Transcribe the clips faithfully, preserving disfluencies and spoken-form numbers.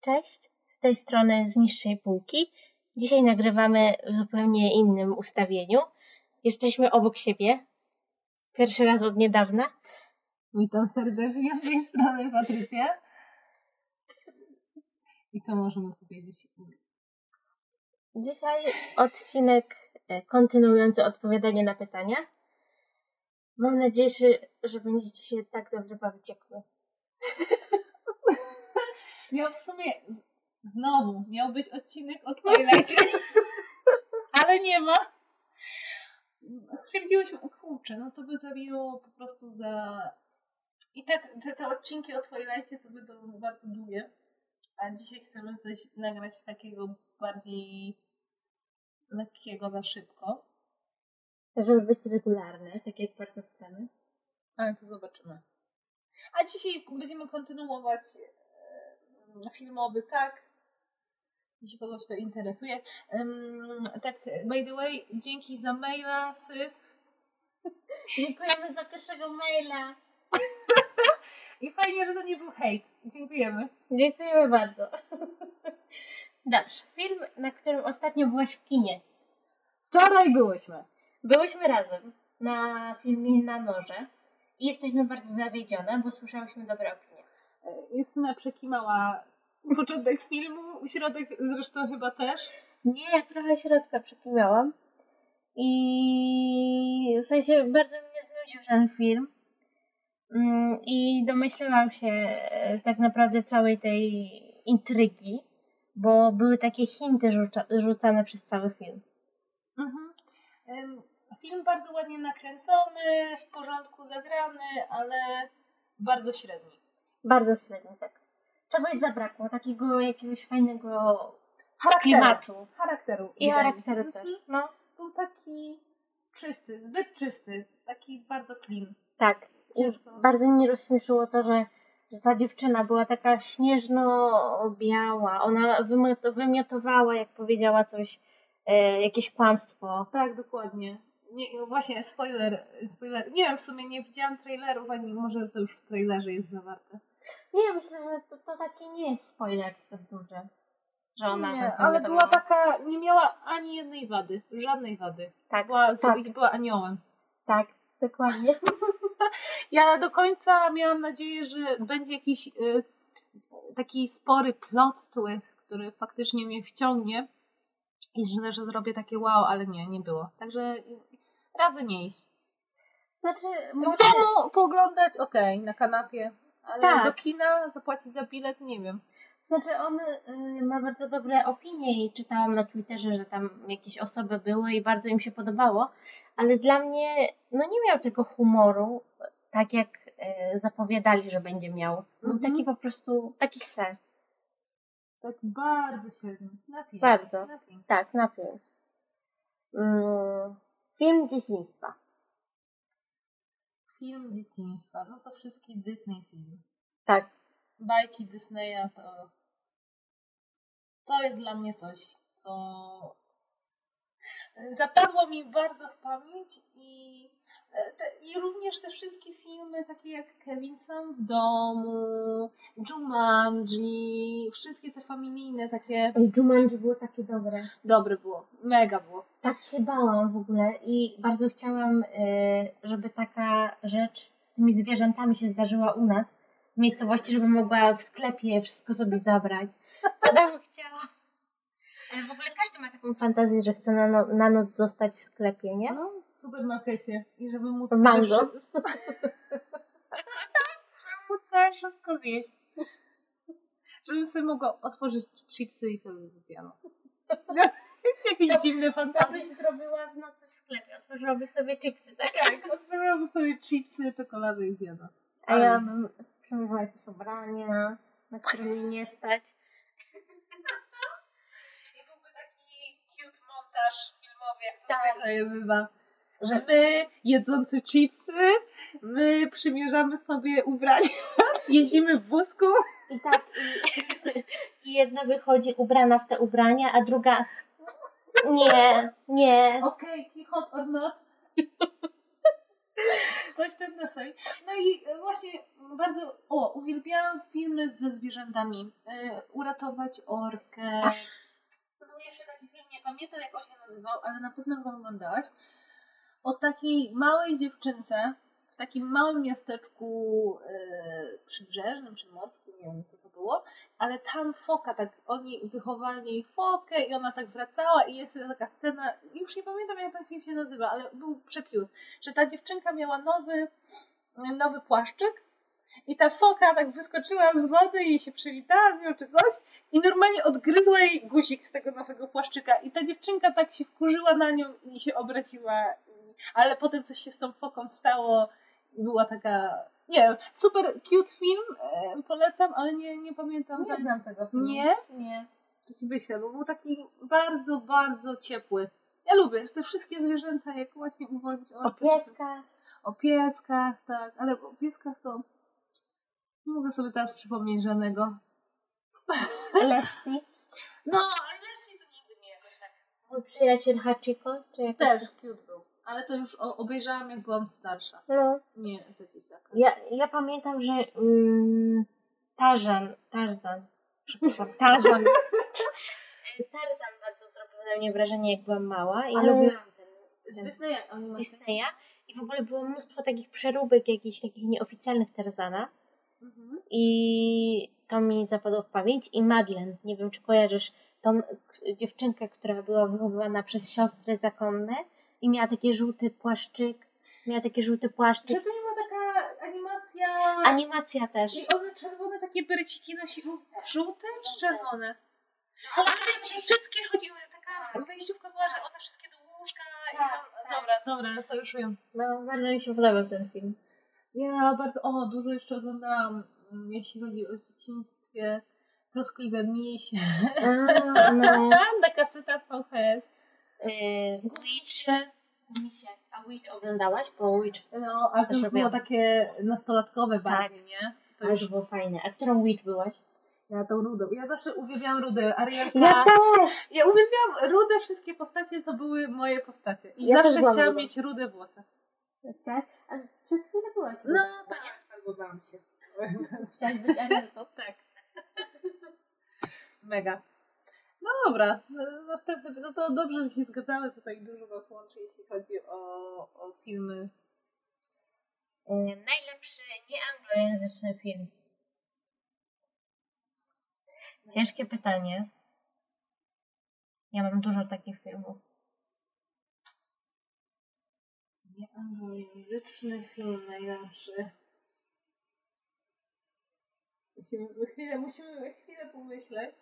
Cześć, z tej strony z niższej półki. Dzisiaj nagrywamy w zupełnie innym ustawieniu. Jesteśmy obok siebie. Pierwszy raz od niedawna. Witam serdecznie z tej strony Patrycja. I co możemy powiedzieć? Dzisiaj odcinek kontynuujący odpowiadanie na pytania. Mam nadzieję, że będziecie się tak dobrze bawić jak my. Miał w sumie z, znowu miał być odcinek o Twilightie, ale nie ma. Stwierdziłyśmy, o kurczę, no to by zabiło po prostu za... I tak te, te odcinki o Twilightie to będą bardzo długie, a dzisiaj chcemy coś nagrać takiego bardziej lekkiego na szybko. Żeby być regularne, tak jak bardzo chcemy. Ale to zobaczymy. A dzisiaj będziemy kontynuować filmowy, tak? Jeśli kogoś to interesuje. Um, tak, by the way, dzięki za maila, Sys. Dziękujemy za pierwszego maila. I fajnie, że to nie był hejt. Dziękujemy. Dziękujemy bardzo. Dobrze, film, na którym ostatnio byłaś w kinie. Wczoraj byłyśmy. Byłyśmy razem na filmie Na Noże i jesteśmy bardzo zawiedzione, bo słyszałyśmy dobre opinie. Justyna przekimała początek filmu, środek zresztą chyba też. Nie, ja trochę środka przekimałam i w sensie bardzo mnie znudził ten film i domyślałam się tak naprawdę całej tej intrygi, bo były takie hinty rzuca- rzucane przez cały film. Mhm. Film bardzo ładnie nakręcony, w porządku zagrany, ale bardzo średni. Bardzo średni, tak. Czegoś zabrakło, takiego jakiegoś fajnego charakteru. klimatu. Charakteru. I charakteru mhm. też. No. Był taki czysty, zbyt czysty, taki bardzo clean. Tak. I bardzo mnie rozśmieszyło to, że, że ta dziewczyna była taka śnieżno-biała. Ona wymioto, wymiotowała, jak powiedziała coś, e, jakieś kłamstwo. Tak, dokładnie. Nie, właśnie, spoiler, spoiler. Nie wiem, w sumie nie widziałam trailerów, ani może to już w trailerze jest zawarte. Nie, myślę, że to, to taki nie jest spoiler zbyt duży. Że ona nie, tak ale była taka, nie miała ani jednej wady, żadnej wady. Tak, była, tak. była aniołem. Tak, dokładnie. Ja do końca miałam nadzieję, że będzie jakiś y, taki spory plot twist, który faktycznie mnie wciągnie i że, że zrobię takie wow, ale nie, nie było. Także radzę nie iść. Znaczy, w domu pooglądać, okej, okay, na kanapie, ale tak. Do kina zapłacić za bilet, nie wiem. Znaczy on y, ma bardzo dobre opinie i czytałam na Twitterze, że tam jakieś osoby były i bardzo im się podobało, ale dla mnie no nie miał tego humoru, tak jak y, zapowiadali, że będzie miał. Był mm-hmm. taki po prostu, taki sen. Tak bardzo średni, na pięć. Bardzo, na pięć. Tak, na pięć. Mm, film dzieciństwa. Film dzieciństwa, no to wszystkie Disney filmy. Tak. Bajki Disneya to to jest dla mnie coś, co zapadło mi bardzo w pamięć i, te, i również te wszystkie filmy takie jak Kevin Sam w domu, Jumanji, wszystkie te familijne takie... Ej, Jumanji było takie dobre. Dobre było, mega było. Tak się bałam w ogóle i bardzo chciałam, żeby taka rzecz z tymi zwierzętami się zdarzyła u nas w miejscowości, żeby mogła w sklepie wszystko sobie zabrać. Co tam chciałam. Ale w ogóle każdy ma taką fantazję, że chce na, no, na noc zostać w sklepie, nie? No, w supermarkecie. I żeby móc... W mango. Żeby móc sobie wszystko zjeść. Żebym sobie mogła otworzyć chipsy i sobie zjadła. Jakieś to, dziwne fantazje. To byś zrobiła w nocy w sklepie. Otworzyłabyś sobie chipsy, tak? Tak, otworzyłabym sobie chipsy, czekoladę i zjadła. A ja bym sprzymierzyła jakieś ubrania, na które mnie nie stać. I byłby taki cute montaż filmowy, jak to tak. zwyczaj bywa. Że my, jedzący chipsy, my przymierzamy sobie ubrania, jeździmy w wózku. I tak, i, i jedna wychodzi ubrana w te ubrania, a druga nie, nie. Okej, okay, hot or not. Coś ten deseń. No i właśnie bardzo, o, uwielbiałam filmy ze zwierzętami. Y, uratować orkę. Był jeszcze taki film, nie pamiętam jak on się nazywał, ale na pewno go oglądałaś. O takiej małej dziewczynce w takim małym miasteczku y, przybrzeżnym, czy morskim, nie wiem co to było, ale tam foka, tak oni wychowali jej fokę i ona tak wracała i jest taka scena, już nie pamiętam jak ten film się nazywa, ale był przepiód, że ta dziewczynka miała nowy, nowy płaszczyk i ta foka tak wyskoczyła z wody i się przywitała z nią czy coś i normalnie odgryzła jej guzik z tego nowego płaszczyka i ta dziewczynka tak się wkurzyła na nią i się obraziła, ale potem coś się z tą foką stało i była taka, nie wiem, super cute film, e, polecam, ale nie, nie pamiętam. Nie znam tego filmu. Nie? Nie. To ci wyślę, bo był taki bardzo, bardzo ciepły. Ja lubię te wszystkie zwierzęta, jak właśnie uwolnić O pieskach. O pieskach, tak, ale o pieskach to nie mogę sobie teraz przypomnieć żadnego. Lessie. No, ale Leslie to nigdy mnie jakoś tak... Mój przyjaciel Hachiko? Czy jakoś Też tak? cute był, ale to już o, obejrzałam jak byłam starsza. No. Nie, co ci jaka. Ja, ja pamiętam, że um, Tarzan, Tarzan, przepraszam, Tarzan. Tarzan bardzo zrobił na mnie wrażenie, jak byłam mała i Ale- lubiłam ten, Z ten Disneya oni mają... Disneya i w ogóle było mnóstwo takich przeróbek, jakichś takich nieoficjalnych Tarzana Mhm. i to mi zapadło w pamięć. I Madeleine, nie wiem czy kojarzysz tą k- dziewczynkę, która była wychowywana przez siostry zakonne i miała taki żółty płaszczyk, miała taki żółty Że płaszczyk, to nie była taka animacja... animacja też. I one czerwone takie bereciki nosi. Żółte. Żółte czy czerwone? Ale Ale ci wszystkie chodziły, taka wejściówka była, że one wszystkie do łóżka i Tak, tam... tak. Dobra, dobra, to już wiem. no, bardzo mi się podobał ten film. Ja bardzo, o, dużo jeszcze oglądałam, mm, jeśli chodzi o dzieciństwie. Troskliwe misie. A, no. Na kasetach V H S. Yy, Witch. Misie. A Witch oglądałaś? Bo Witch No, ale to Też już było robiłam. takie nastolatkowe bardziej, nie? To też już było fajne. A którą Witch byłaś? ja tą rudą. Ja zawsze uwielbiałam rudę. Arielka. Ja też! Ja uwielbiałam rude, wszystkie postacie to były moje postacie. I Ja też zawsze byłam chciałam rudą. mieć rude włosy. Chciałaś? A przez chwilę byłaś. No ruda. tak, farbowałam się. Chciałaś być Arielką? Tak. Mega. No dobra, no, następny, no to dobrze, że się zgadzamy, tutaj dużo was łączy, jeśli chodzi o, o filmy. Yy, najlepszy nieanglojęzyczny film. Ciężkie pytanie. Ja mam dużo takich filmów. Nieanglojęzyczny film najlepszy. Musimy chwilę, musimy chwilę pomyśleć.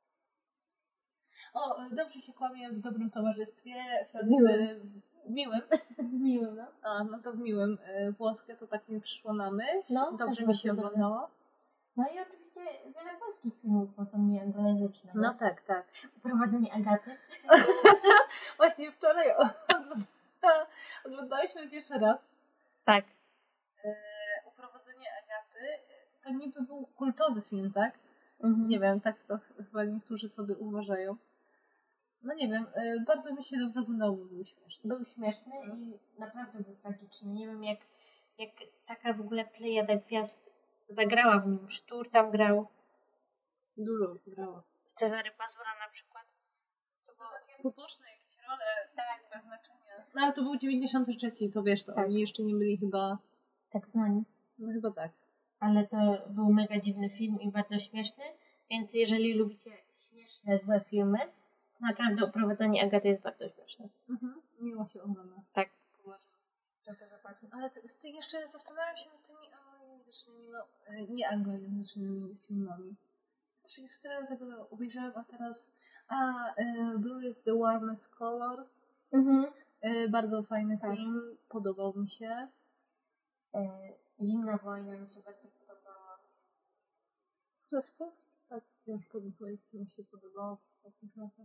O, dobrze się kłamie w dobrym towarzystwie. Francuzy, Miłym. miłym. Miłym, no. A, no to w miłym. Y, Włoskie to tak mi przyszło na myśl. No, Dobrze też mi się bardzo dobre. oglądało. No i oczywiście wiele polskich filmów bo są nieanglojęzyczne. No nie? tak, tak. Prowadzenie Agaty. Właśnie wczoraj ogląda- oglądałyśmy pierwszy raz Tak. e, Uprowadzenie Agaty. To niby był kultowy film, tak? Mhm. Nie wiem, tak to ch- chyba niektórzy sobie uważają. No nie wiem, e, bardzo mi się dobrze oglądało, bo był śmieszny. Był śmieszny i naprawdę był tragiczny. Nie wiem jak, jak taka w ogóle plejada gwiazd zagrała w nim. Sztur tam grał. Dużo grało. Cezary Pazura na przykład. To były takie poboczne jakieś role, Tak. bez znaczenia. No ale to był dziewięćdziesiąty trzeci, to wiesz, to Tak. oni jeszcze nie byli chyba... Tak znani. No chyba tak. Ale to był mega dziwny film i bardzo śmieszny. Więc jeżeli lubicie śmieszne, złe filmy, to naprawdę Uprowadzenie Agaty jest bardzo śmieszne. Mhm. Miło się ogląda. Tak. Trochę zobaczyć. Ale t- z tych jeszcze zastanawiam się nad tymi anglojęzycznymi, no e, nie anglojęzycznymi filmami. Trzy cztery tego obejrzałam, a teraz a e, Blue is the warmest color. Mhm. E, bardzo fajny Tak. film, podobał mi się. E, Zimna wojna mi się bardzo podobała. To z polskich tak ciężko mi powiedzieć, co mi się podobało w ostatnich latach.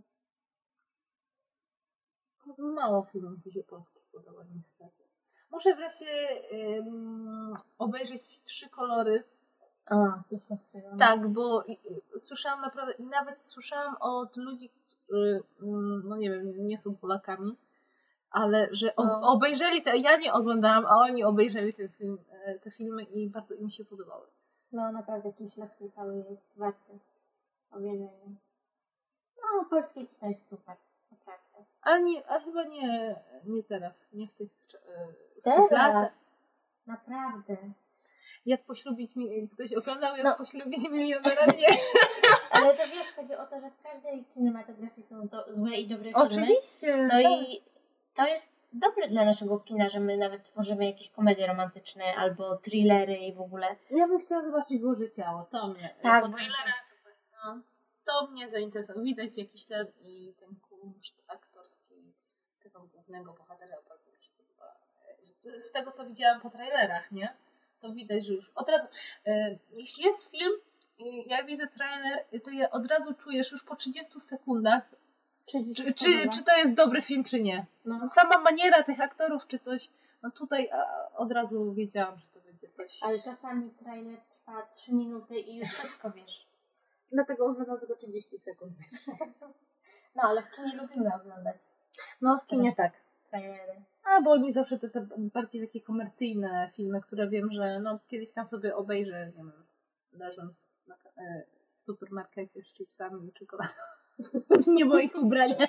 No, mało filmów mi się polskich podoba niestety. Muszę wreszcie ym, obejrzeć Trzy kolory. A, Kieślowskiego. Tak, bo i, i, słyszałam naprawdę i nawet słyszałam od ludzi, którzy, mm, no nie wiem, nie są Polakami, ale że o, No. obejrzeli te, ja nie oglądałam, a oni obejrzeli te, film, te filmy i bardzo im się podobały. No naprawdę Kieślowski cały jest warty obejrzenia. No, polskie kino jest super, naprawdę. Ale nie, a chyba nie, nie teraz, nie w tych, w tych Teraz, latach. naprawdę. Jak poślubić, mi- ktoś oglądał, jak No. poślubić milionera? Nie. Ale to wiesz, chodzi o to, że w każdej kinematografii są do, złe i dobre filmy. Oczywiście. No tak. i to jest dobre dla naszego kina, że my nawet tworzymy jakieś komedie romantyczne albo thrillery i w ogóle. Ja bym chciała zobaczyć Boże Ciało, to mnie. Tak, po bardzo trailerach, no, to mnie zainteresowało. Widać jakiś ten i ten kunszt aktorski tego głównego bohatera bardzo mi się podoba. Z tego co widziałam po trailerach, nie? To widać, że już od razu, e, jeśli jest film i jak widzę trailer, to ja od razu czujesz już po trzydziestu sekundach, Czy, czy, czy, czy to jest dobry film, czy nie. No. Sama maniera tych aktorów, czy coś, no tutaj a, od razu wiedziałam, że to będzie coś. Ale czasami trailer trwa trzy minuty i już wszystko wiesz. Dlatego oglądam tylko trzydzieści sekund. No, ale w kinie lubimy oglądać No, w kinie tak. trailery. A, bo oni zawsze te, te bardziej takie komercyjne filmy, które wiem, że no kiedyś tam sobie obejrzę, nie wiem, leżąc na, e, w supermarkecie z chipsami i czekoladą. Nie w moich ubraniach.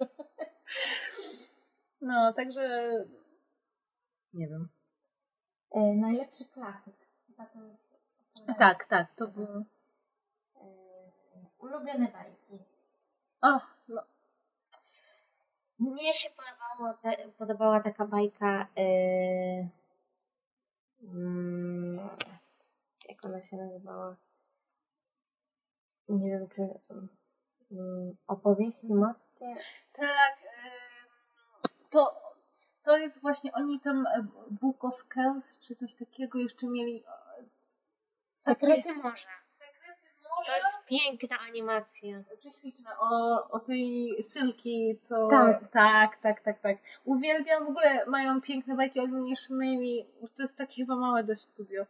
No, także nie wiem. E, najlepszy klasyk. Chyba to już... To Tak, tak, to był... E, ulubione bajki. O, no. Mnie się podobało te, podobała taka bajka, yy, mm, jak ona się nazywała? Nie wiem, czy mm, opowieści morskie. Tak, ym, to, to jest właśnie, oni tam e, Book of Kells, czy coś takiego jeszcze mieli. e, Sekrety takie- Morza. Sekrety Morza? To jest piękna animacja. Prześliczne. O, o tej Sylki, co... Tak. tak, tak, tak, tak. Uwielbiam, w ogóle mają piękne bajki, oni już mieli, to jest takie chyba małe dość studio.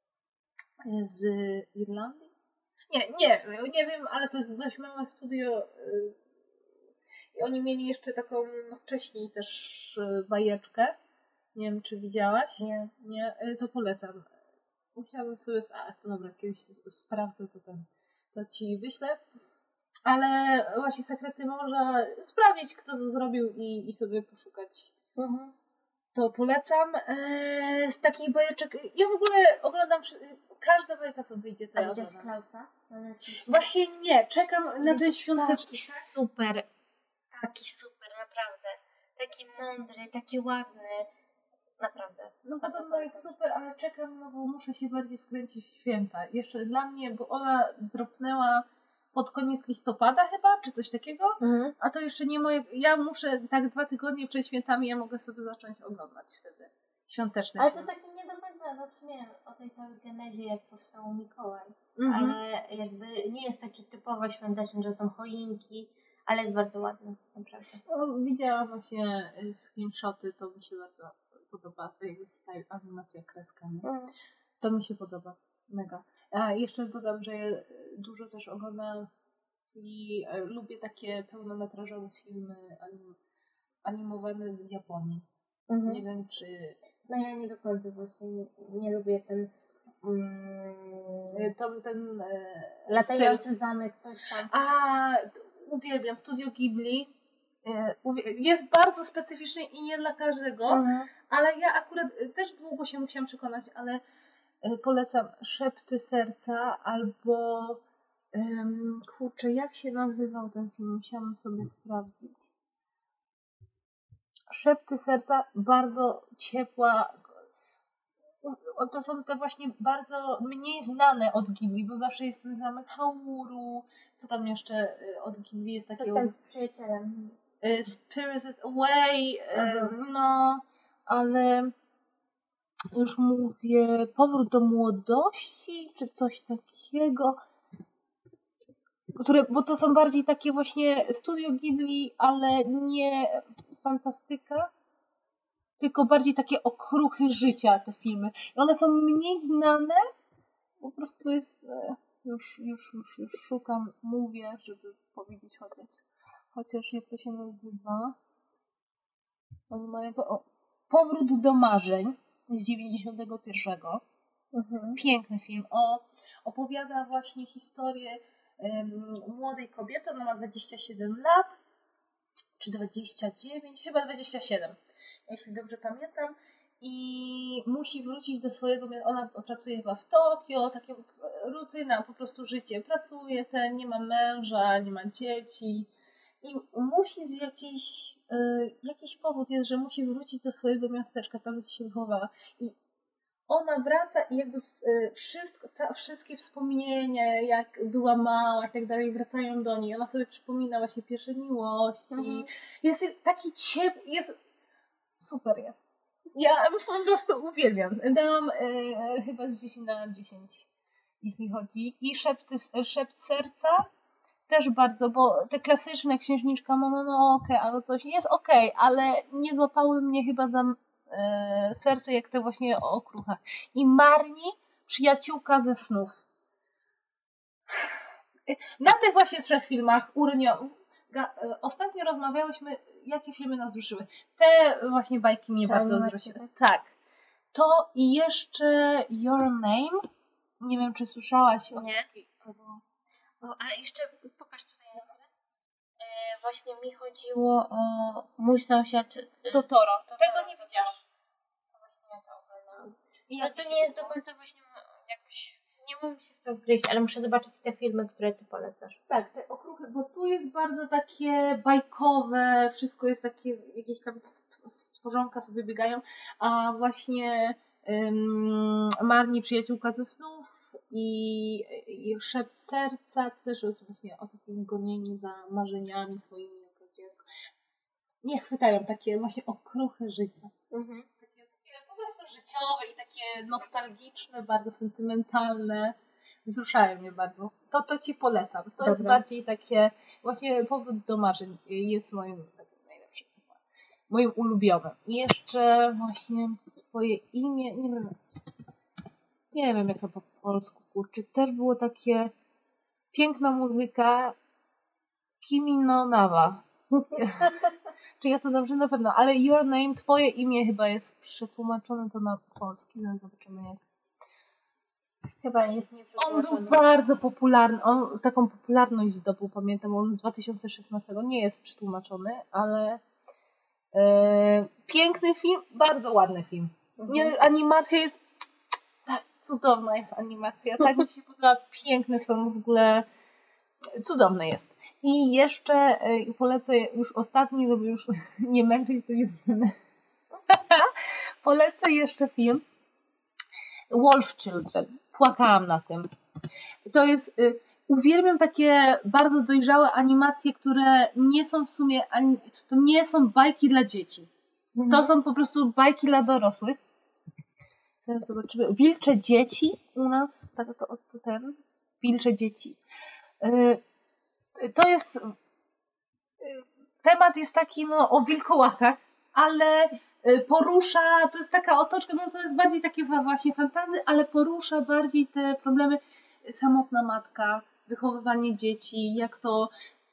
Z Irlandii? Nie, nie, nie wiem, ale to jest dość małe studio. y, I oni mieli jeszcze taką, no wcześniej też y, bajeczkę. Nie wiem, czy widziałaś? Nie. Nie, y, to polecam. Musiałabym sobie... A, to dobra, kiedyś sprawdzę, to ten, to ci wyślę. Ale właśnie Sekrety Morza, sprawdzić, kto to zrobił i, i sobie poszukać. Mhm. To polecam. Eee, z takich bajeczek... Ja w ogóle oglądam... wszy- Każda bajka sobie wyjdzie, to A ja widziałaś oglądam. Klausa? Na Netflixie? Właśnie nie, czekam na ten Jest świąteczny. taki super, taki super, naprawdę. Taki mądry, taki ładny. Naprawdę. No Bardzo podobno jest polecam. super, ale czekam, no bo muszę się bardziej wkręcić w święta. Jeszcze dla mnie, bo ona dropnęła pod koniec listopada chyba, czy coś takiego, Mhm. a to jeszcze nie moje... Ja muszę tak dwa tygodnie przed świętami, ja mogę sobie zacząć oglądać wtedy świąteczne Ale to filmy. takie nie do końca, no w sumie o tej całej genezie, jak powstał Mikołaj. Mhm. Ale jakby nie jest taki typowo świąteczny, że są choinki, ale jest bardzo ładny, naprawdę. No, widziałam właśnie y, screenshoty, to mi się bardzo podoba, jakby style, animacja, kreska, nie? Mhm. To mi się podoba, mega. A jeszcze dodam, że ja dużo też oglądam i e, lubię takie pełnometrażowe filmy anim, animowane z Japonii. Mhm. Nie wiem, czy... No ja nie do końca właśnie nie, nie lubię ten mm, e, Tam ten e, latający styl... zamek, coś tam. A, t- uwielbiam Studio Ghibli. E, uwie- Jest bardzo specyficzny i nie dla każdego, Mhm. ale ja akurat e, też długo się musiałam przekonać, ale e, polecam Szepty Serca albo um, kurczę, jak się nazywał ten film? Musiałam sobie sprawdzić. Szepty Serca, bardzo ciepła. O, to są te właśnie bardzo mniej znane od Ghibli, bo zawsze jest ten zamek Hauru. Co tam jeszcze y, od Ghibli jest Coś takiego? tam z przyjacielem. y, Spirited Away, y, Aha. no, ale już mówię, Powrót do młodości, czy coś takiego. Które, bo to są bardziej takie właśnie Studio Ghibli, ale nie fantastyka, tylko bardziej takie okruchy życia te filmy. I one są mniej znane, po prostu jest, e, już, już, już, już szukam, mówię, żeby powiedzieć chociaż, chociaż jak to się nazywa. Oni mają o, Powrót do marzeń z dziewięćdziesiątego pierwszego. Mhm. Piękny film. O, opowiada właśnie historię um, młodej kobiety. Ona ma dwadzieścia siedem lat, czy dwadzieścia dziewięć, chyba dwadzieścia siedem, jeśli dobrze pamiętam. I musi wrócić do swojego miasta. Ona pracuje chyba w Tokio, takie rutyna, po prostu życie. Pracuje, ten, nie ma męża, nie ma dzieci. I musi z jakiejś, y, jakiś powód jest, że musi wrócić do swojego miasteczka, tam gdzie się wychowała. I ona wraca i jakby y, wszystko, ca, wszystkie wspomnienia, jak była mała i tak dalej, wracają do niej. Ona sobie przypomina właśnie pierwsze miłości. Mhm. Jest, jest taki ciepły, jest super jest. Ja po prostu uwielbiam. Dam y, chyba z dziesięć na dziesięć, jeśli chodzi. I Szept, szept serca też bardzo, bo te klasyczne Księżniczka Mononoke albo coś jest okej, okay, ale nie złapały mnie chyba za e, serce jak te właśnie o okruchach. I Marni, Przyjaciółka ze snów. Na tych właśnie trzech filmach uronio... Ostatnio rozmawiałyśmy, jakie filmy nas wzruszyły. Te właśnie bajki mnie bardzo wzruszyły. Tak? tak. To i jeszcze Your Name. Nie wiem, czy słyszałaś o Nie. O, ale jeszcze pokaż tutaj na chwilę. E, właśnie mi chodziło o mój sąsiad Totoro. Totoro. Tego nie widziałam. Właśnie ja to oglądałam. Ale to nie jest do końca właśnie jakoś... Nie mogę się w to wgryźć, ale muszę zobaczyć te filmy, które ty polecasz. Tak, te okruchy, bo tu jest bardzo takie bajkowe, wszystko jest takie, jakieś tam stworzonka sobie biegają, a właśnie um, Marni, Przyjaciółka ze snów i, i Szept serca, to też jest właśnie o takim gonieniu za marzeniami swoimi jako dziecko. Nie chwytają takie właśnie okruchy życia. Mhm. Takie, takie po prostu życiowe i takie nostalgiczne, bardzo sentymentalne. Wzruszają mnie bardzo. To, to ci polecam. To Dobra. Jest bardziej takie, właśnie Powrót do marzeń jest moim takim najlepszym, moim ulubionym. I jeszcze właśnie twoje imię, nie wiem, nie wiem jak to po polsku kurczę, też było takie piękna muzyka Kimi no Nawa. Czy ja to dobrze? Na pewno, ale Your Name, twoje imię chyba jest przetłumaczone to na polski, zaraz zobaczymy jak. Chyba jest nieco. On był bardzo popularny, on taką popularność zdobył, pamiętam, on z dwa tysiące szesnastego nie jest przetłumaczony, ale e, piękny film, bardzo ładny film. Mhm. Nie, animacja jest tak, cudowna jest animacja, tak mi się podoba, piękne są w ogóle, cudowne jest. I jeszcze e, polecę już ostatni, żeby już nie męczyć tu jedyny. Polecę jeszcze film Wolf Children. Płakałam na tym. To jest, y, uwielbiam takie bardzo dojrzałe animacje, które nie są w sumie, to nie są bajki dla dzieci. Mhm. To są po prostu bajki dla dorosłych. Zaraz zobaczymy. Wilcze dzieci u nas, tak to, to ten, Wilcze dzieci. Y, to jest, y, temat jest taki no, o wilkołakach, ale porusza, to jest taka otoczka, no to jest bardziej takie właśnie fantazy, ale porusza bardziej te problemy samotna matka, wychowywanie dzieci, jak to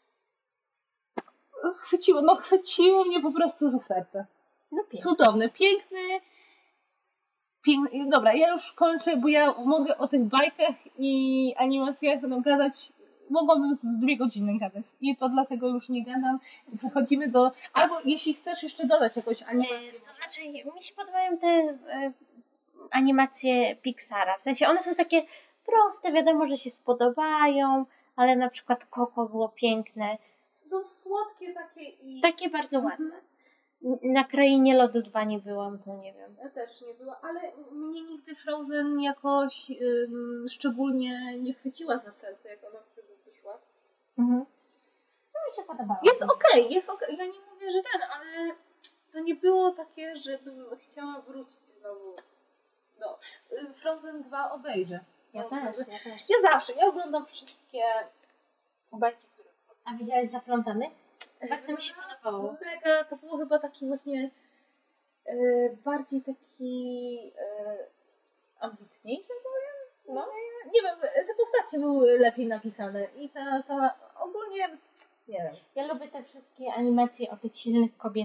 chwyciło, no chwyciło mnie po prostu za serce. No piękny. Cudowny, piękny, piękny. Dobra, ja już kończę, bo ja mogę o tych bajkach i animacjach no gadać, mogłabym z dwie godziny gadać i to dlatego już nie gadam. Przechodzimy do... Albo jeśli chcesz jeszcze dodać jakąś animację. To znaczy, mi się podobają te e, animacje Pixara. W sensie one są takie proste, wiadomo, że się spodobają, ale na przykład Coco było piękne. Są słodkie takie i... Takie bardzo ładne. Mhm. Na Krainie Lodu dwa nie byłam, to nie wiem. Ja też nie byłam, ale mnie nigdy Frozen jakoś ym, szczególnie nie chwyciła za serce, jak ona wtedy wyszła. Mhm. No mi się podobało. Jest okej, okay, jest okej. Okay. Ja nie mówię, że ten, ale to nie było takie, żebym chciała wrócić znowu do... Frozen dwa obejrzę. Ja to, też, ja też. Ja zawsze, ja oglądam wszystkie bajki, które wchodzą. A widziałaś Zaplątany? Bardzo mi się podobało. Mega, to było chyba taki właśnie yy, bardziej taki yy, ambitniejszy, powiem? No. Nie wiem, te postacie były lepiej napisane i ta, ta ogólnie, nie wiem. Ja lubię te wszystkie animacje o tych silnych kobietach.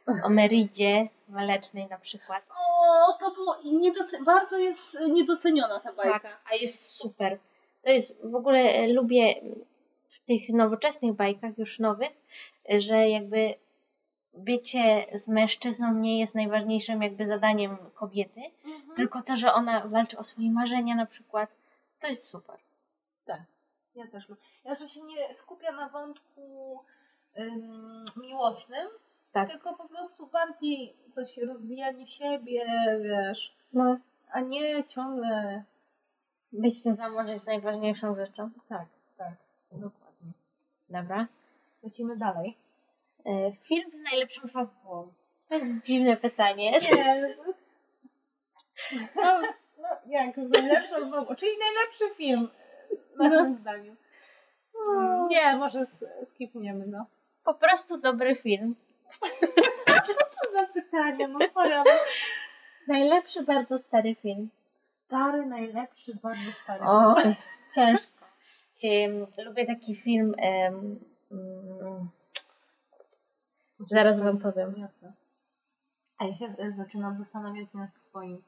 o Meridzie Walecznej na przykład. O, to było niedoce- bardzo jest niedoceniona ta bajka. Tak, a jest super. To jest, w ogóle e, lubię w tych nowoczesnych bajkach, już nowych, e, że jakby bycie z mężczyzną nie jest najważniejszym jakby zadaniem kobiety, Mhm. tylko to, że ona walczy o swoje marzenia na przykład. To jest super. Tak, ja też lubię. Ja, że się nie skupia na wątku ym, miłosnym, Tak. tylko po prostu bardziej coś rozwijanie siebie, wiesz, No, a nie ciągle... bycie za mąż jest najważniejszą rzeczą. Tak, tak, dokładnie. Dobra. Lecimy dalej. E, film z najlepszą fabułą. To jest dziwne pytanie. Nie, No, no jak, najlepszą fabułą, czyli najlepszy film, na No. moim zdaniu. no, Nie, może s- skipniemy, no. po prostu dobry film. Co to za pytanie? No sorry, ale... Najlepszy, bardzo stary film. Stary, najlepszy, bardzo stary. O, ciężko. Ym, lubię taki film. Ym, ym, zaraz wam powiem. Jasne. A ja się z- zaczynam zastanawiać nad swoim.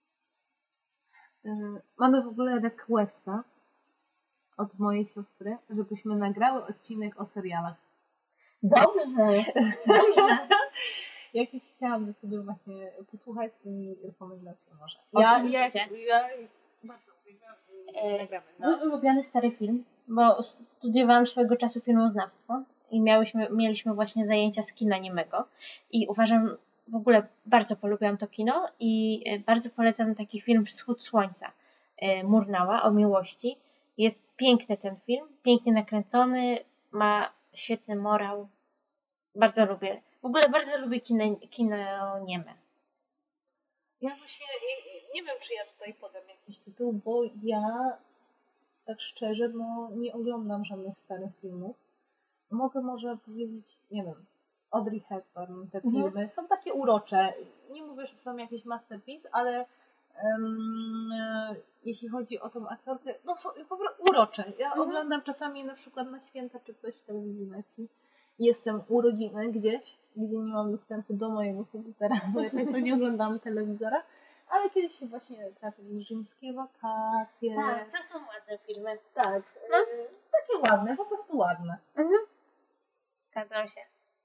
Yy, mamy w ogóle requesta od mojej siostry, żebyśmy nagrały odcinek o serialach. Dobrze, dobrze. Jakiś chciałabym sobie właśnie posłuchać i rekomendacje może. Oczywiście. Ja, ja bardzo uwielbiam i E, nagramy. Mój No. ulubiony stary film, bo s- studiowałam swego czasu filmoznawstwo i miałyśmy, mieliśmy właśnie zajęcia z kina niemego i uważam, w ogóle bardzo polubiłam to kino i e, bardzo polecam taki film Wschód Słońca e, Murnała o miłości. Jest piękny ten film, pięknie nakręcony, ma świetny morał. Bardzo lubię. W ogóle bardzo lubię kino, kino nieme. Ja właśnie nie, nie wiem, czy ja tutaj podam jakiś tytuł, bo ja tak szczerze, no nie oglądam żadnych starych filmów. Mogę może powiedzieć, nie wiem, Audrey Hepburn, te Mhm. filmy są takie urocze. Nie mówię, że są jakieś masterpiece, ale em, e, jeśli chodzi o tą aktorkę, no są po prostu urocze. Ja Mhm. oglądam czasami na przykład na święta czy coś w telewizji leci. Jestem urodziny gdzieś, gdzie nie mam dostępu do mojego komputera, bo ja tak to nie oglądam telewizora. Ale kiedyś się właśnie trafiły rzymskie wakacje. Tak, to są ładne filmy. Tak, No. y, takie ładne, po prostu ładne. Mhm. Zgadzam się.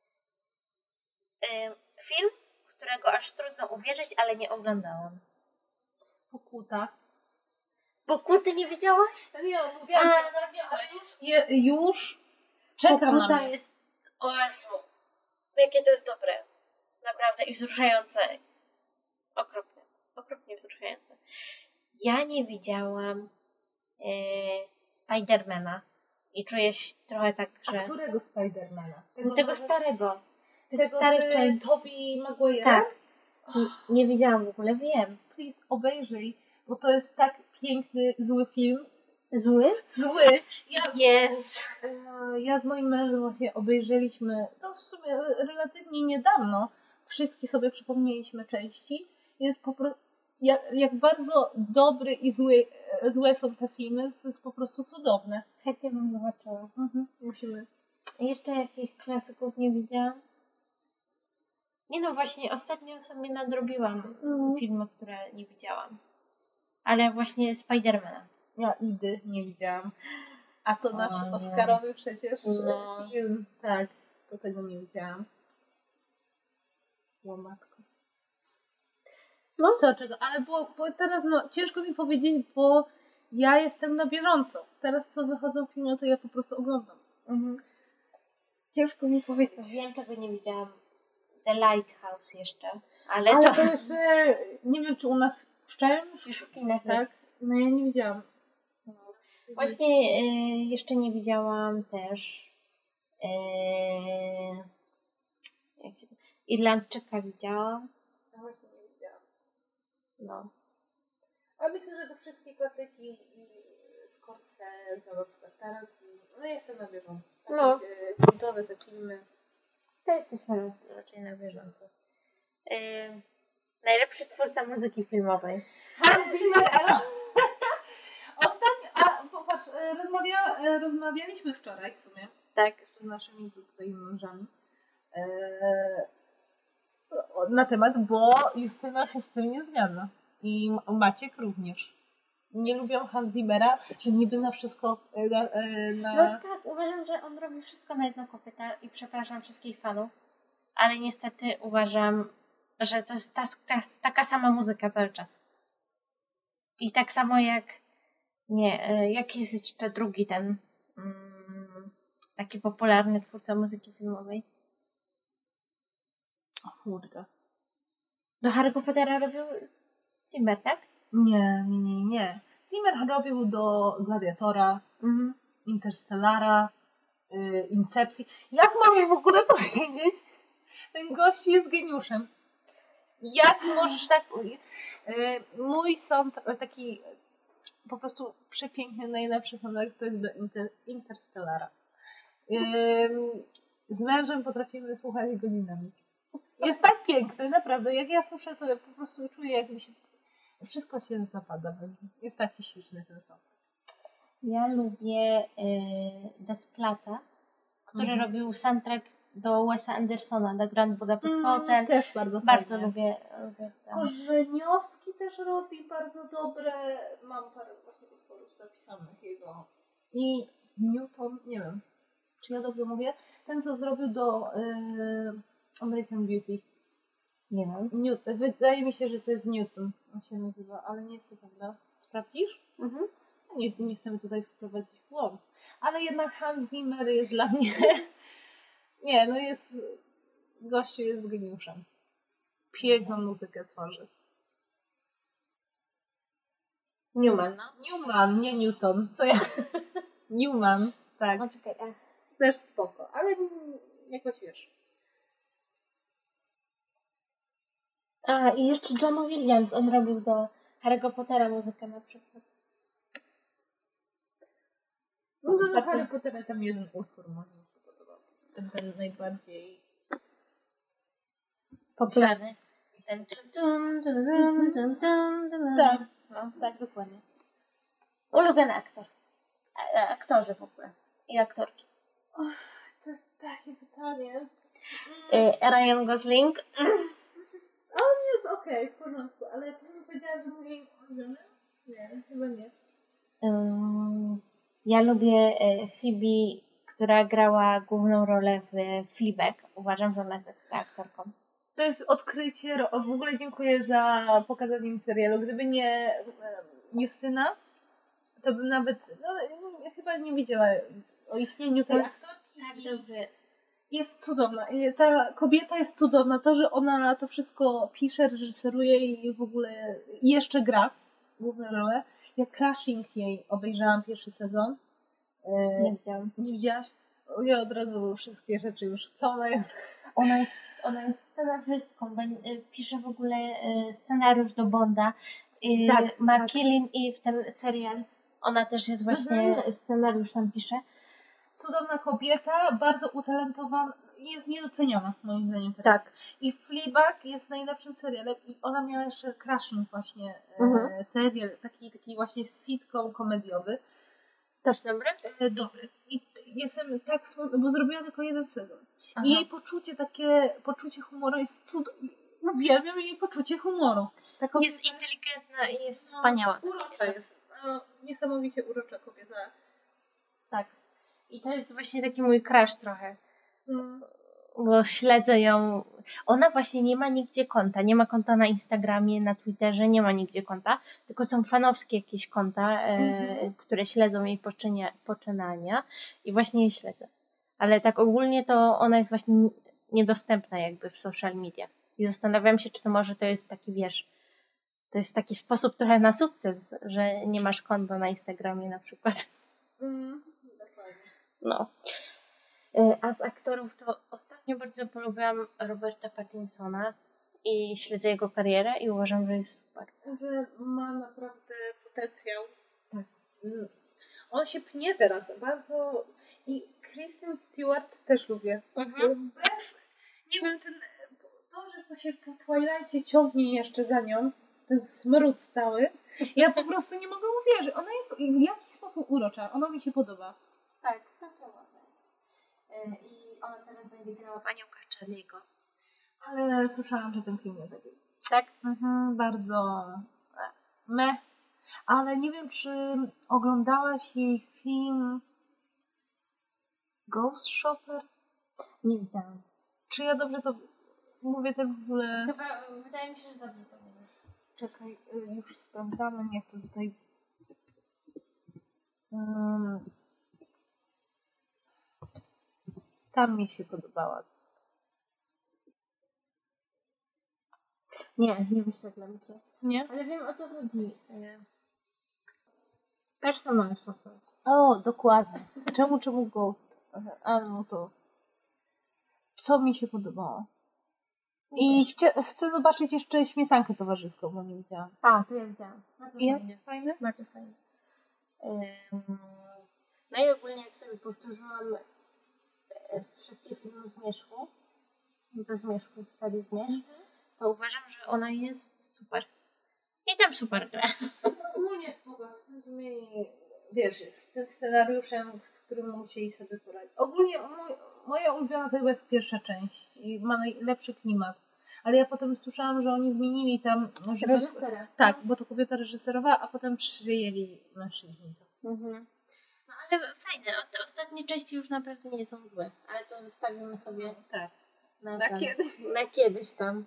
Ym, film, którego aż trudno uwierzyć, ale nie oglądałam. Pokuta. Pokuty nie widziałaś? Nie, mówiłam, A, że ale już, je, już czekam Pokuta na mnie. jest... O Jezu, jakie to jest dobre. Naprawdę i wzruszające. Okropnie. Okropnie wzruszające. Ja nie widziałam e, Spidermana i czuję się trochę tak, A że... którego Spidermana? Tego, może- starego. Tych Tego starych z części. Tobey Maguire? Tak. N- Nie widziałam w ogóle, wiem. Please, obejrzyj, bo to jest tak piękny, zły film. Zły? Zły! Ja, Jest. e, ja z moim mężem właśnie obejrzeliśmy, to w sumie relatywnie niedawno, wszystkie sobie przypomnieliśmy części. Jest po prostu, jak, jak bardzo dobry i zły, e, złe są te filmy, to jest po prostu cudowne. Chętnie bym zobaczyła. Mhm. Musimy. Jeszcze jakich klasyków nie widziałam? Nie no, właśnie ostatnio sobie nadrobiłam Mhm. filmy, które nie widziałam. Ale właśnie Spidermana. Ja Idy nie widziałam. A to O nasz nie. Oscarowy przecież No. film. Tak, to tego nie widziałam. Łomatko. No. Co, czego? Ale bo, bo teraz no, ciężko mi powiedzieć, bo ja jestem na bieżąco. Teraz co wychodzą filmy, to ja po prostu oglądam. Mhm. Ciężko mi powiedzieć. Wiem, czego nie widziałam. The Lighthouse jeszcze. Ale, Ale to, to jeszcze, nie wiem, czy u nas puszczają już? już w kinach Tak? jest. No ja nie widziałam. Właśnie y, jeszcze nie widziałam też y, jak się, Irlandczyka widziałam. Ja właśnie nie widziałam. No. A myślę, że to wszystkie klasyki i Scorsese, na przykład Tarantino. No jestem na bieżąco. Takie No. e, kultowe te filmy. To jesteśmy raz- raczej na bieżąco. Y, najlepszy twórca muzyki filmowej. Hans Zimmer, elo! Ostatnio, a popatrz, e, rozmawia, e, rozmawialiśmy wczoraj w sumie, Tak. jeszcze z naszymi tu tutaj mężami. E, na temat, bo Justyna się z tym nie zgadza. I Maciek również. Nie lubią Hans Zimmera, że niby na wszystko na, na... No tak, uważam, że on robi wszystko na jedno kopyta i przepraszam wszystkich fanów, ale niestety uważam, że to jest ta, ta, taka sama muzyka cały czas. I tak samo jak nie, jaki jest jeszcze drugi ten mm, taki popularny twórca muzyki filmowej? O kurde. Do Harry'ego Pottera robił Zimmer, tak? Nie, nie, nie, nie. Zimmer robił do Gladiatora, Mhm. Interstellara, yy, Incepcji. Jak mam w ogóle powiedzieć? Ten gość jest geniuszem. Jak możesz tak... Yy, mój sąd, taki po prostu przepiękny, najlepszy sądek to jest do Inter, Interstellara. Yy, z mężem potrafimy słuchać godzinami. Jest tak piękny, naprawdę. Jak ja słyszę, to ja po prostu czuję, jak mi się... Wszystko się zapada. Jest taki śliczny ten song. Ja lubię y, Desplata, który Mhm. robił soundtrack do Wesa Andersona, do Grand Budapest Mm, Hotel. też bardzo Bardzo fajnie jest. lubię. lubię ten. Korzeniowski też robi bardzo dobre. Mam parę właśnie utworów zapisanych jego. I Newton, nie wiem, czy ja dobrze mówię, ten co zrobił do y, American Beauty. Nie wiem. New, wydaje mi się, że to jest Newton, on się nazywa, ale nie jestem pewna. Sprawdzisz? Mhm. Nie, nie chcemy tutaj wprowadzić w błąd. Ale jednak Hans Zimmer jest dla mnie... nie, no jest... Gościu jest geniuszem. Piękną muzykę tworzy. Newman, no. Newman, nie Newton. Co ja... Newman, tak. O, czekaj, a. Też spoko, ale jakoś wiesz. a, i jeszcze John Williams, on robił do Harry'ego Pottera muzykę na przykład. No to do Bardzo- Harry Pottera tam jeden utwór może mi się podobał. Ten, ten najbardziej... Popularny. Ten tum, tum, tum, tum, tum, tum. Tak, No. tak, dokładnie. Ulubiony aktor. A, a, aktorzy w ogóle. I aktorki. To jest takie pytanie. Y, Ryan Gosling. On jest okej, w porządku, ale to bym powiedziała, że mój ulubiony? Nie, chyba nie. Ym, ja lubię y, Phoebe, która grała główną rolę w Fleabag. Uważam, że ona jest ekstra aktorką. To jest odkrycie, ro- w ogóle dziękuję za pokazanie mi serialu. Gdyby nie e, Justyna, to bym nawet, no nie, chyba nie wiedziała o istnieniu tej aktorki. tak dobry. Jest cudowna. I ta kobieta jest cudowna. To, że ona to wszystko pisze, reżyseruje i w ogóle i jeszcze gra główne role. Ja Crashing jej obejrzałam pierwszy sezon. E, Nie widziałam. Nie widziałaś? Ja od razu wszystkie rzeczy już, co ona jest. Ona jest, ona jest scenarzystką, bę- y, pisze w ogóle y, scenariusz do Bonda. Y, Tak, ma tak. Killing Eve, ten serial. Ona też jest właśnie, Mhm. scenariusz tam pisze. Cudowna kobieta, bardzo utalentowana i jest niedoceniona moim zdaniem teraz. Tak. I Fleabag jest najlepszym serialem i ona miała jeszcze Crashing właśnie Mhm. e, serial, taki, taki właśnie sitcom komediowy. Też dobry? E, dobry. I t- jestem tak smutna, bo zrobiła tylko jeden sezon. Aha. I jej poczucie, takie poczucie humoru jest cudowne. Uwielbiam jej poczucie humoru. Ta kobieta Jest inteligentna i jest no, wspaniała. urocza jest. No, niesamowicie urocza kobieta. Tak. I to jest właśnie taki mój crush trochę. Mm. Bo śledzę ją. Ona właśnie nie ma nigdzie konta. Nie ma konta na Instagramie, na Twitterze, nie ma nigdzie konta. Tylko są fanowskie jakieś konta, e, Mhm. które śledzą jej poczynia, poczynania. I właśnie je śledzę. Ale tak ogólnie to ona jest właśnie niedostępna jakby w social media. I zastanawiam się, czy to może to jest taki, wiesz, to jest taki sposób trochę na sukces, że nie masz konta na Instagramie na przykład. Mm. Dokładnie. No. Y, A z aktorów to ostatnio bardzo polubiłam Roberta Pattinsona i śledzę jego karierę i uważam, że jest super. Że ma naprawdę potencjał. Tak. Mm. On się pnie teraz bardzo. I Kristen Stewart też lubię. Mhm. Wbrew, nie wiem, ten, to, że to się po Twilightie ciągnie jeszcze za nią, ten smród cały, ja po prostu nie mogę uwierzyć. Ona jest w jakiś sposób urocza. Ona mi się podoba. Tak, całkiem ładna jest. Y, I ona teraz będzie grała w Aniołkach Charlie'ego. Ale słyszałam, że ten film jest taki. Tak? Mhm, bardzo meh. Ale nie wiem, czy oglądałaś jej film Ghost Shopper? Nie widziałam. Czy ja dobrze to mówię te w ogóle... Chyba, wydaje mi się, że dobrze to mówisz. Czekaj, już sprawdzamy, nie chcę tutaj... Um, tam mi się podobała. Nie, nie wyświetla mi się. Nie? Ale wiem, o co chodzi. Personal shopper. O, dokładnie. Czemu, czemu Ghost? A no to... Co mi się podobało? I chcia, chcę zobaczyć jeszcze Śmietankę towarzyską, bo nie widziałam. A, to ja widziałam. Bardzo I fajnie. Fajne? Bardzo fajnie. Um, no i ogólnie jak sobie powtórzyłam e, wszystkie filmy Zmierzchu, ze Zmierzchu, z serii Zmierzch, mm-hmm. to uważam, że ona jest super. I tam super gra. Ogólnie spoko, z tymi, wiesz, z tym scenariuszem, z którym musieli sobie poradzić. Ogólnie mój, moja ulubiona to jest pierwsza część i ma najlepszy klimat. Ale ja potem słyszałam, że oni zmienili tam... Że reżysera. To, tak, bo to kobieta reżyserowała, a potem przyjęli mężczyźni to. Mhm. No ale fajne, te ostatnie części już naprawdę nie są złe. Ale to zostawimy sobie tak. na, na tam, kiedyś. Na kiedyś tam.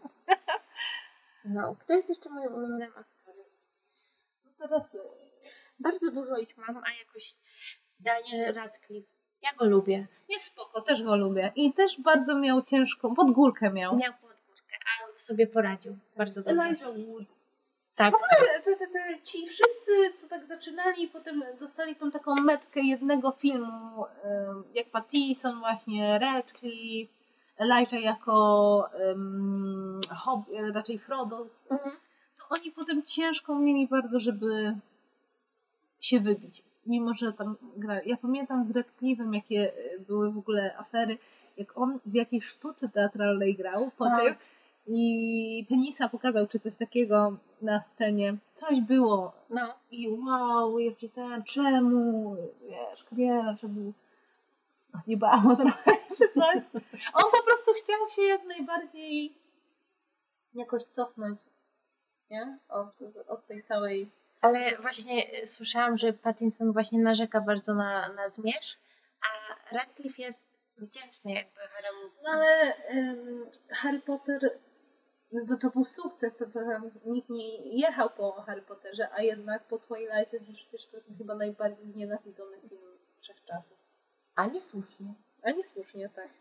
No, kto jest jeszcze moim ulubionym aktorem? No teraz... Bardzo dużo ich mam, a jakoś Daniel Radcliffe. Ja go lubię. Jest spoko, też go lubię. I też bardzo miał ciężką, pod górkę miał. Miał pod górkę, a sobie poradził. Bardzo dobrze. Elijah Wood. Tak. W ogóle te, te, te, ci wszyscy, co tak zaczynali i potem dostali tą taką metkę jednego filmu, jak Pattinson właśnie, Radcliffe, Elijah jako um, Hob, raczej Frodo, mhm. to oni potem ciężko mieli bardzo, żeby się wybić. Mimo, że tam grali. Ja pamiętam z Radcliffe'em, jakie były w ogóle afery, jak on w jakiejś sztuce teatralnej grał potem i Penisa pokazał, czy coś takiego na scenie. Coś było. No. I wow, jaki ten, czemu, wiesz, kariera, że był odjebało trochę, czy coś. On po prostu chciał się jak najbardziej jakoś cofnąć, nie? Od, od tej całej... Ale właśnie słyszałam, że Pattinson właśnie narzeka bardzo na, na Zmierzch, a Radcliffe jest wdzięczny jakby Harry'emu. No ale um, Harry Potter, no to był sukces, to co tam nikt nie jechał po Harry Potterze, a jednak po Twilightie przecież to jest chyba najbardziej znienawidzony film wszechczasów. A nie słusznie. A nie słusznie, tak.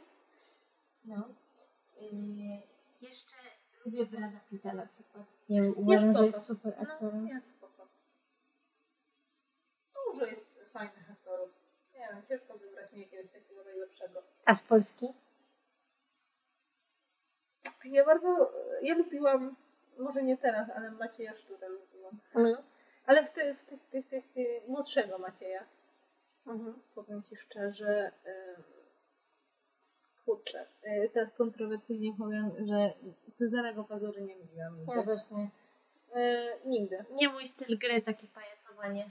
No. Yy, jeszcze lubię Brada Pitta na przykład. Nie wiem, uważam, jest że jest super aktorem. No, jest spoko. Dużo jest fajnych aktorów. Nie wiem, ciężko wybrać mi jakiegoś takiego najlepszego. A z Polski? Ja bardzo, ja lubiłam, może nie teraz, ale Macieja Szturę lubiłam. Mm. Ale w tych, w tych, tych, tych, tych młodszego Macieja. Mhm. Powiem Ci szczerze, yy, kurczę, yy, teraz kontrowersyjnie powiem, że Cezarego Pazury nie lubiłam nigdy. Ja też nie. Yy, nigdy. Nie mój styl gry, takie pajacowanie.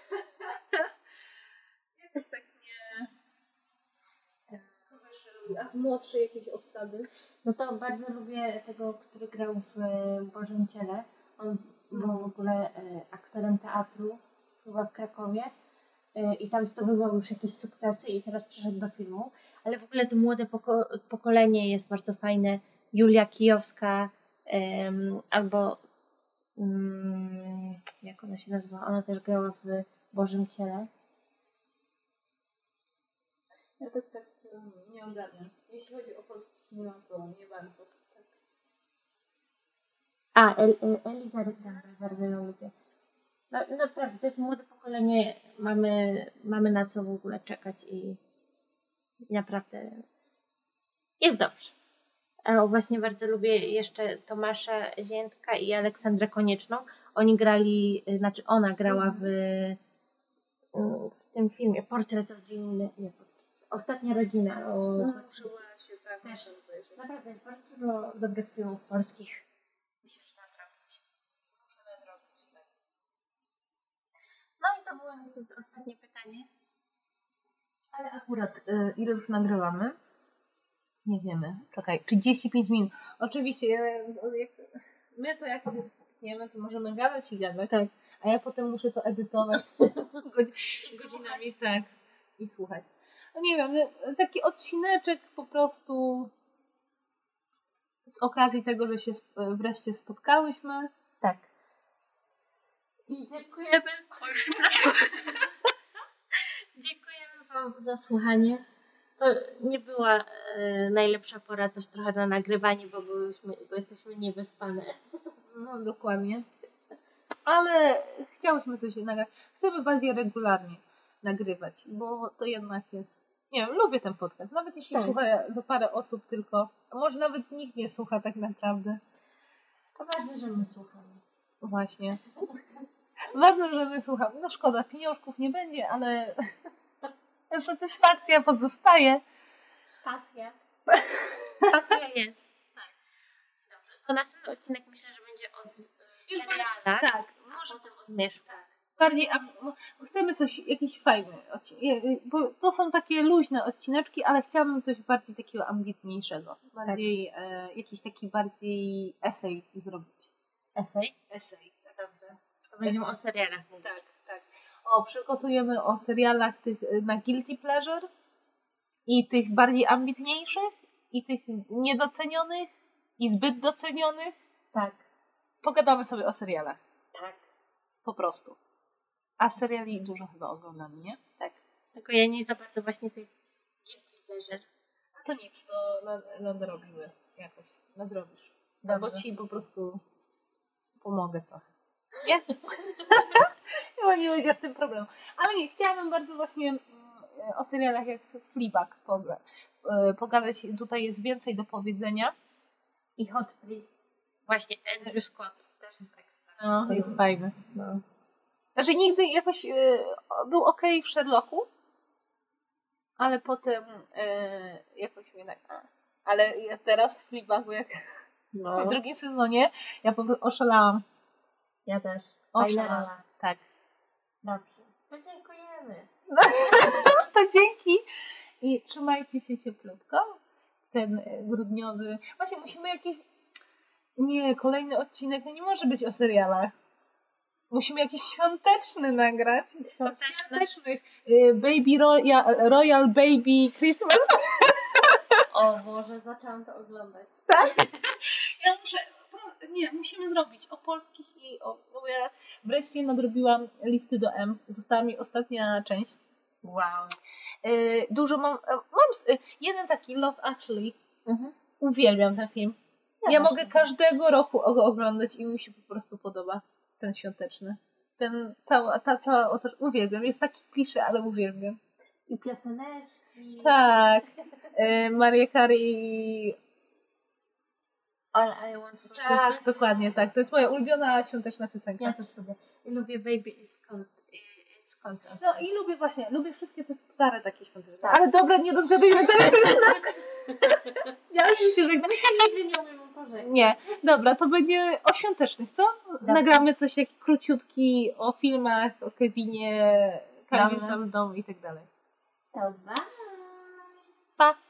Jakoś tak nie... Kogo jeszcze lubię? A z młodszej jakiejś obsady? No to bardzo lubię tego, który grał w Bożym Ciele. On był w ogóle aktorem teatru, chyba w Krakowie. I tam zdobywał już jakieś sukcesy i teraz przeszedł do filmu. Ale w ogóle to młode poko- pokolenie jest bardzo fajne. Julia Kijowska um, albo um, jak ona się nazywa? Ona też grała w Bożym Ciele. Ja tak, tak nie ogarniam. Jeśli chodzi o polskie kino, to nie bardzo. Tak. A, El, El, Eliza Rycember, bardzo ją lubię. No, naprawdę, to jest młode pokolenie, mamy, mamy na co w ogóle czekać i, i naprawdę jest dobrze. A właśnie bardzo lubię jeszcze Tomasza Ziętka i Aleksandrę Konieczną. Oni grali, znaczy ona grała w, w tym filmie Portret rodziny, nie, Ostatnia rodzina. O, no, się, tak, też, naprawdę jest bardzo dużo dobrych filmów polskich. Myślę, że nadrobić. Muszę nadrobić, tak. No i to było niestety ostatnie pytanie. Ale akurat, y, ile już nagrywamy? Nie wiemy. Czekaj, trzydzieści pięć minut. Oczywiście, jak, my to jak się skniemy, to możemy gadać i gadać, Tak. a ja potem muszę to edytować godzinami, tak, i słuchać. No nie wiem, taki odcineczek po prostu z okazji tego, że się wreszcie spotkałyśmy. Tak. I dziękujemy. Dziękujemy Wam za słuchanie. To nie była e, najlepsza pora też trochę na nagrywanie, bo, byłyśmy, bo jesteśmy niewyspane. No dokładnie. Ale chciałyśmy coś nagrać. Chcemy bardziej regularnie nagrywać, bo to jednak jest... Nie wiem, lubię ten podcast. Nawet jeśli tak. słucha za parę osób tylko, a może nawet nikt nie słucha tak naprawdę. A ważne, że my słuchamy. Właśnie. Ważne, że my słuchamy. No szkoda, pieniążków nie będzie, ale satysfakcja pozostaje. Pasja. Pasja jest. Tak. Dobrze. To następny odcinek myślę, że będzie o z- serialach. Tak. Może o tym o Zmierzchu. Tak. Bardziej, a, chcemy coś, jakiś fajny odcinek, bo to są takie luźne odcineczki, ale chciałabym coś bardziej takiego ambitniejszego. Bardziej, tak. e, jakiś taki bardziej esej zrobić. Esej? Esej, tak. Dobrze. To będziemy o serialach mówić. Tak, tak. O, przygotujemy o serialach tych na guilty pleasure i tych bardziej ambitniejszych i tych niedocenionych i zbyt docenionych. Tak. Pogadamy sobie o serialach. Tak. Po prostu. A seriali dużo chyba oglądamy, nie? Tak. Tylko ja nie za bardzo właśnie tych guilty pleasure. A to nic, to nad- nadrobimy jakoś. Nadrobisz. Dobrze. Bo ci po prostu pomogę trochę. Nie? Chyba nie będzie z tym problemu. Ale nie, chciałabym bardzo właśnie mm, o serialach jak Fleabag poga- e, pogadać. Tutaj jest więcej do powiedzenia. I Hot Priest. Właśnie Andrew Scott też jest ekstra. No, To jest fajny. No. Znaczy nigdy jakoś e, był okej w Sherlocku, ale potem e, jakoś mnie tak... A. Ale ja teraz w Fleabagu, jak No. w drugim sezonie, ja po prostu oszalałam. Ja też. Oszalałam. Fajna. Tak. Dobrze. To dziękujemy. To dzięki i trzymajcie się cieplutko. Ten grudniowy... Właśnie musimy jakiś... Nie, kolejny odcinek to nie może być o serialach. Musimy jakiś świąteczny nagrać. Świąteczny. Świątecznych. Y, Baby Royal, Royal Baby Christmas. O Boże, zaczęłam to oglądać. Tak? Ja muszę... Nie, musimy zrobić o polskich i o... Bo ja wreszcie nadrobiłam listy do M. Została mi ostatnia część. Wow. Y, dużo mam... Mam s- y, jeden taki Love Actually. Mhm. Uwielbiam ten film. Ja Ja też mogę lubię. każdego roku go oglądać i mi się po prostu podoba ten świąteczny. Ten cała, ta cała otoczka. Uwielbiam. Jest taki klisze, ale uwielbiam. I pioseneczki. Tak. Y, Mariah Carey. All I want for Tak, Christmas. dokładnie tak. To jest moja ulubiona świąteczna piosenka. Ja też lubię. I lubię Baby It's Cold. It's cold outside. No i lubię właśnie, lubię wszystkie te stare takie świąteczne. Tak. Ale dobra, nie rozgadujmy teraz. Ja już się żegnam. My się nigdy nie umiemy pożegnać. Nie, dobra, to będzie o świątecznych, co? Dobrze. Nagramy coś taki króciutki o filmach, o Kevinie, Kamil Dobrze. tam w domu i tak dalej. To bye. Pa!